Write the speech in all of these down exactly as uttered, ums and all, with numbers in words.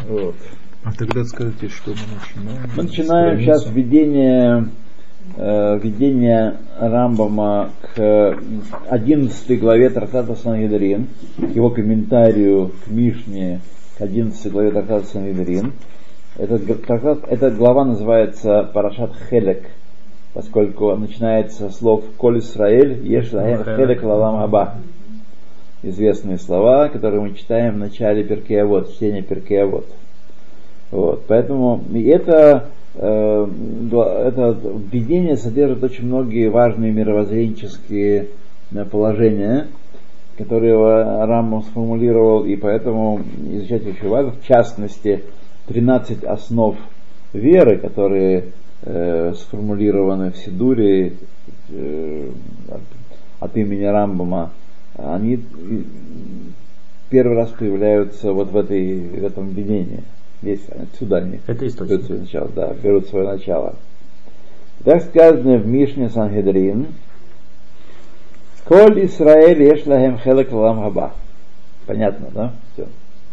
Вот. А тогда скажите, что мы начинаем? Мы начинаем Страницу. Сейчас введение, э, введение Рамбама к одиннадцатой главе Трактата Сангедрин, к его комментарию к Мишне, к одиннадцатой главе Трактата Сангедрин. Этот трактат, эта глава называется Парашат Хелек, поскольку начинается с слов «Коль Исраэль, еш лаhem хелек лалам аба». Известные слова, которые мы читаем в начале Перкей Авот, чтение Перкей Авот. Вот, поэтому и это, э, это введение содержит очень многие важные мировоззренческие положения, которые Рамбам сформулировал, и поэтому изучать очень важно, в частности, тринадцать основ веры, которые э, сформулированы в Сидуре э, от, от имени Рамбама, они первый раз появляются вот в, этой, в этом введении. Здесь, отсюда они это берут свое начало, да, берут свое начало. Так сказано в Мишне Сангедрин: «Коль Исраэль еш лаhem хелек лалам хаба». Понятно, да? Все.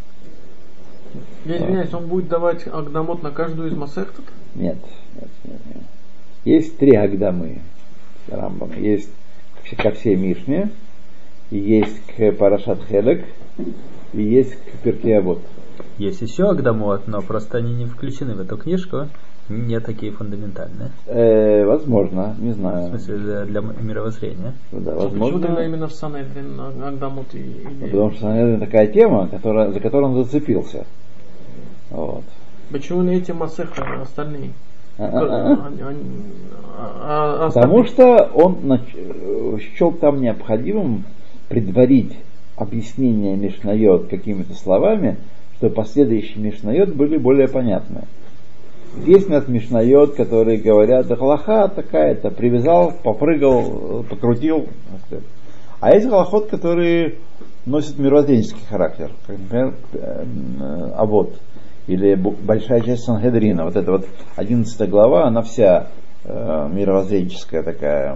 Я извиняюсь, он будет давать агдамот на каждую из масехтов? Нет, нет, нет, нет. Есть три агдамы Рамбама. Есть ко всей Мишне, и есть к Парашат Хелек, и есть к Перкей Авот. Есть еще агдамот, но просто они не включены в эту книжку, не такие фундаментальные. Э, возможно, не знаю. В смысле, для, для мировоззрения. Да, а возможно. Почему тогда именно в Санедрин агдамот и, и... Ну, потому что Санедрин такая тема, которая, за которую он зацепился. Вот. Почему не эти масехты, а остальные? А-а-а. Они, они, а, а потому что он нач... счел там необходимым предварить объяснение Мишнайот какими-то словами, чтобы последующие Мишнайот были более понятны. Есть у нас Мишнайот, которые говорят: да галаха такая-то, привязал, попрыгал, покрутил. А есть галахот, которые носят мировоззренческий характер, как, например, Авот, или большая часть Сангедрина. Вот эта вот одиннадцатая глава, она вся э, мировоззренческая такая.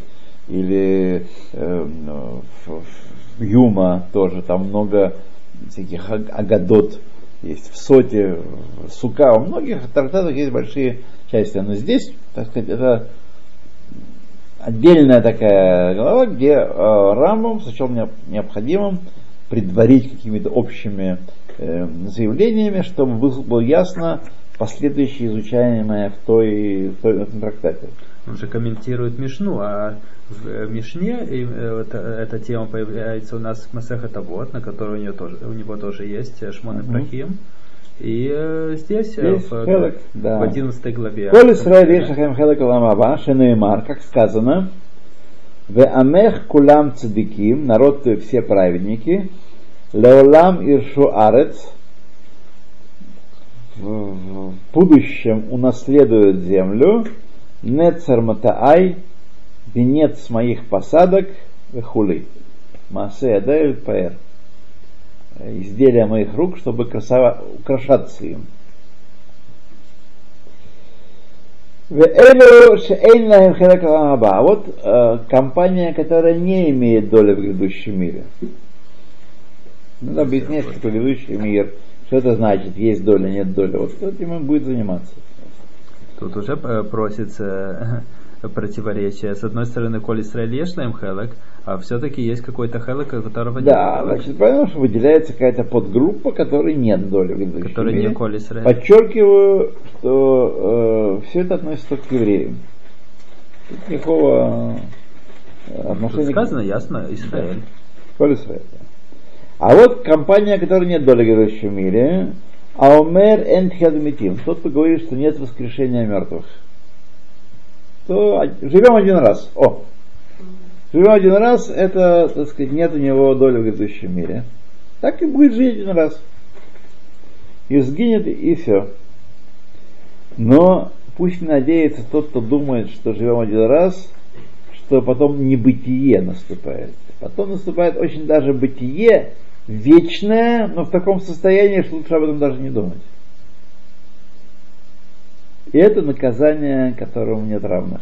Или э, в Юма тоже, там много всяких агадот есть, в Соте, в Сука, во многих трактатах есть большие части. Но здесь, так сказать, это отдельная такая глава, где э, Рамбам сочел необходимым предварить какими-то общими э, заявлениями, чтобы было ясно последующее изучаемое в той, в той в этом трактате. Он же комментирует Мишну, а в Мишне эта, эта тема появляется у нас в Масехет Авот, на которой у него тоже, у него тоже есть Шмон Ипрахим. И э, здесь, здесь в, хелек, да. в одиннадцатой главе. Коль Исраэль еш лаhem хелек лалам хаба, шенеймар, как сказано: «Ве амех кулам цадиким», народ твой все праведники, леолам иршу арец, в будущем унаследуют землю, нецар матаай, венец моих посадок, хули, маасе адаэль паэр, изделия моих рук, чтобы красово, украшаться им. А вот э, компания, которая не имеет доли в грядущем мире. Надо объяснять, что грядущий мир, что это значит, есть доля, нет доли. Вот этим он будет заниматься. Тут уже просится противоречие. С одной стороны, коль Исраэль еш лаhem хелек, а все-таки есть какой-то хелек, у которого нет. Да, значит, понятно, что выделяется какая-то подгруппа, которой нет доли в грядущем которая мире. Не коль Исраэль. Подчеркиваю, что э, все это относится только к евреям. Тут никакого э, отношения. Тут сказано ясно, Исраэль. Да. Коль Исраэль. А вот компания, которой нет доли в грядущем мире, Аомер эн тхиадмитим, тот, кто говорит, что нет воскрешения мертвых, то живем один раз. О, живем один раз, это, так сказать, нет у него доли в грядущем мире. Так и будет жить один раз. И сгинет, и все. Но пусть надеется тот, кто думает, что живем один раз, что потом небытие наступает. Потом наступает очень даже бытие вечное, но в таком состоянии, что лучше об этом даже не думать. И это наказание, которому нет равных.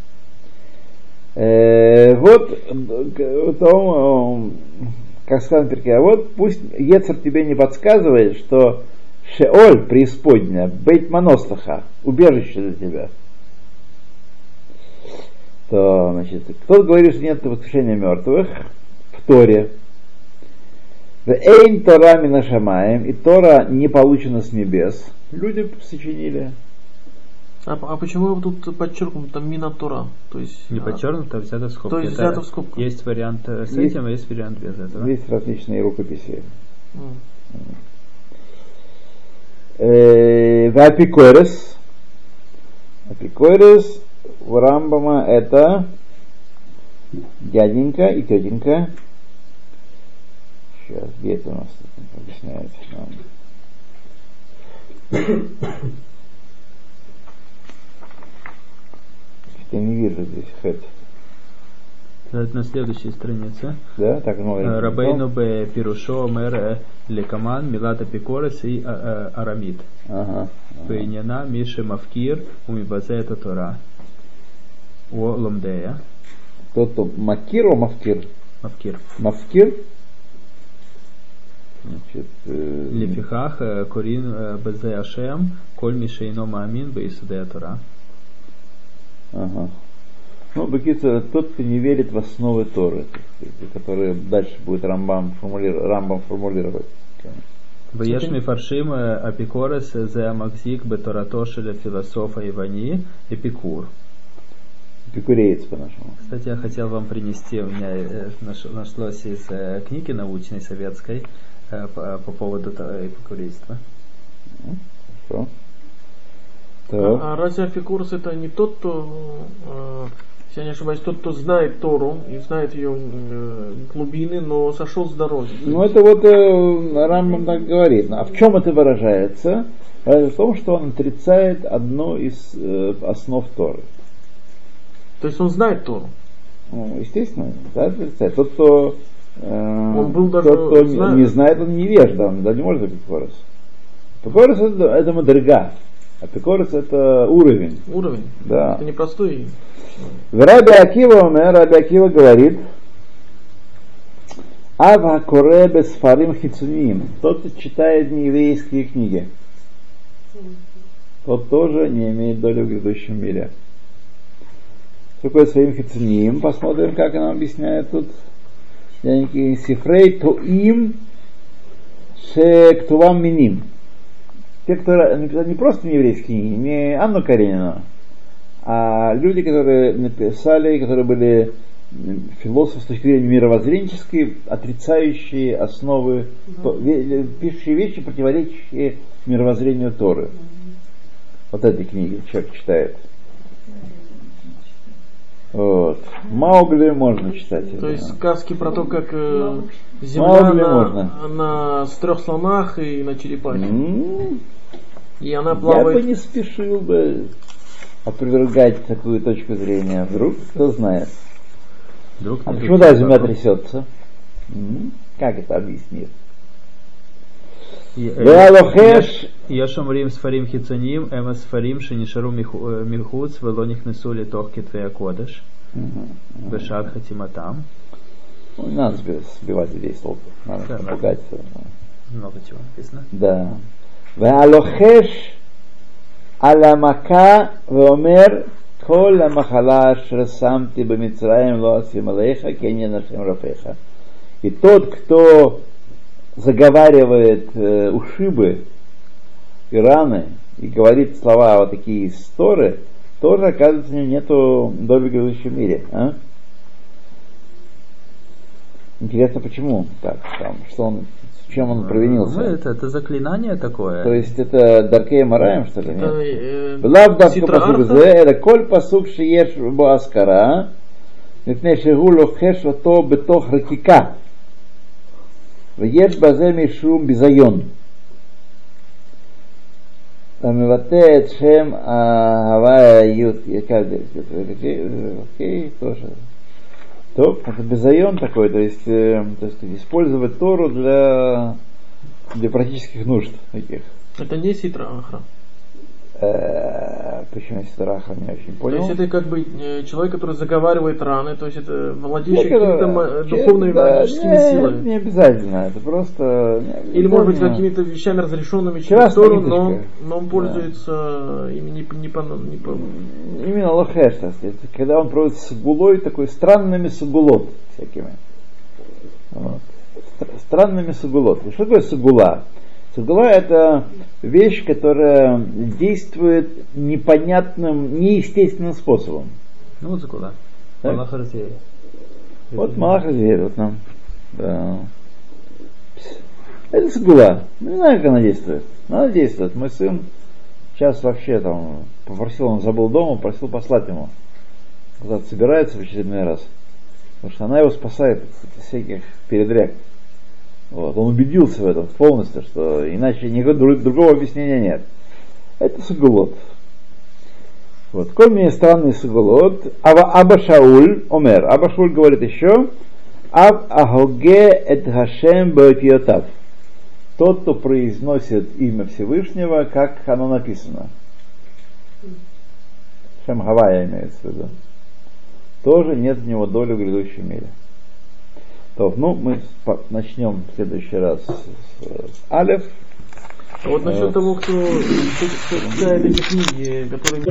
Э, вот, то, как сказано в Перкей, вот пусть Ецер тебе не подсказывает, что Шеоль, преисподняя, бейт маностаха, убежище для тебя. То, значит, кто-то говорит, что нет воскрешения мертвых в Торе. Эйн Тора минашамаем, и Тора не получена с небес. Люди сочинили. А, а почему тут подчеркнуто мина Тора? То есть, не а, подчеркнуто, а взято в скобки. То есть Это взято в скобках. Есть вариант с есть, этим, а есть вариант без этого. Есть различные рукописи. Mm. В Апикорес. Апикорес у Рамбама это дяденька и тетенька. Сейчас, где это у нас тут объясняется нам? Я не вижу здесь хэт. Это на следующей странице. Да, так много. Рабейну бе пирушо мэр лекаман милата пикорес и арамид. Ага. Пейняна миши мавкир умибазе это Тора. О ломдея. Тот-то макир, о мавкир? Мавкир. Мавкир? Значит, э... Лефихах корин базе ашем коль мишейно маамин бейсудея Тора. Ага. Ну, Бекица, тот, кто не верит в основы Торы, которые дальше будет Рамбам, формули... Рамбам формулировать. Ваешми фаршим апикорес зе амакзик беторатошеля философа Ивани Эпикур. Эпикуреец по-нашему. Кстати, я хотел вам принести, у меня нашлось из книги научной советской по, по поводу эпикурейства. Хорошо. А, а разве Апикурс это не тот, кто, э, если я не ошибаюсь, тот, кто знает Тору и знает ее э, глубины, но сошел с дороги? Ну это вот э, Рамбам так говорит. А в чем это выражается? В том, что он отрицает одну из э, основ Торы. То есть он знает Тору? Ну, естественно, да, отрицает. Тот, кто, э, он был даже тот, кто знает. не знает, он невежда, он да, не может быть Апикорос. Апикорос это, это мадрига. Апикорос это уровень. Уровень? Да. Это непростой. Раби Акива, Раби Акива говорит, Ава коребе сфарим хицуним. Тот, кто читает нееврейские книги, тот тоже не имеет доли в грядущем мире. Что такое сфарим хицуним? Посмотрим, как она объясняет тут. Сифрей то им ше ктувам миним. Те, кто написали не просто нееврейские книги, не Анну Каренину, а люди, которые написали, которые были философы с точки зрения мировоззренческой, отрицающие основы, mm-hmm. пишущие вещи, противоречащие мировоззрению Торы. Mm-hmm. Вот этой книги человек читает. Вот. Маугли можно читать. То это, есть да. Сказки про то, как э, земля на, на с трех слонах и на черепахе. Mm-hmm. И она плавает. Я бы не спешил бы опровергать такую точку зрения. Вдруг, кто знает. Вдруг а почему да, земля трясется? М-м? Как это объяснит? Я шамрим сфарим хицуним, эма сфарим шенишару михуц, велоних несули тох кетвея кодеш, бешат хатиматам. Не надо сбивать здесь толку, надо помогать. Много чего написано. Да. והלוחש על המכה ואומר כל המחלה אשר שמתי במצרים לא אשים עליך כי אני אנחם רפאך. И тот, кто заговаривает э, ушибы и раны и говорит слова вот такие из Торы, тоже, оказывается, у него нету доли в грядущем мире. А? Интересно, почему так? Там, что он чем он провинился? Ну, это, это заклинание такое. То есть это Даркея Мараем, что ли? Это Лав давка пасук зе, это коль пасук шееш бо аскара, мипней шегу лохеш ото бетох ракика, вееш базе мишум бизайон. המבטא את שם ההווה היוד, окей, тоже. То, это безайон такой, то есть, э, то есть использовать Тору для, для практических нужд таких. Это не ситра ахра. Э, почему Ситараха, не очень понял. То есть это как бы человек, который заговаривает раны, то есть это владеющий Нет, какими-то духовными да, магическими не, силами. Не обязательно, это просто... Не Или может быть какими-то вещами разрешенными через Тору, но, но он пользуется да. ими не, не, по, не по... Именно лохеш, так сказать, когда он проводит сагулой, такой странными сагулот всякими. Вот. Странными сагулот. Что такое сагула? Сагула — это вещь, которая действует непонятным, неестественным способом. Ну вот сагула. Малах Разъярь. Вот Малах Разъярь, вот нам. Да. Это сагула. Не знаю, как она действует. Но она действует. Мой сын сейчас вообще там попросил, он забыл дома, просил послать ему. Куда-то собирается в очередной раз. Потому что она его спасает от всяких передряг. Вот. Он убедился в этом полностью, что иначе никакого другого объяснения нет. Это сагулот. Вот. Кроме странный сагулот, Аба Шауль Омер. Аба Шауль говорит еще, Ав Ахоге эт Хашем Баотиотав. Тот, кто произносит имя Всевышнего, как оно написано. Шем Хавая имеется в виду. Тоже нет в него доли в грядущем мире. То, ну, мы начнем в следующий раз с, с Алеф. Вот насчет того, кто читает эти книги, которые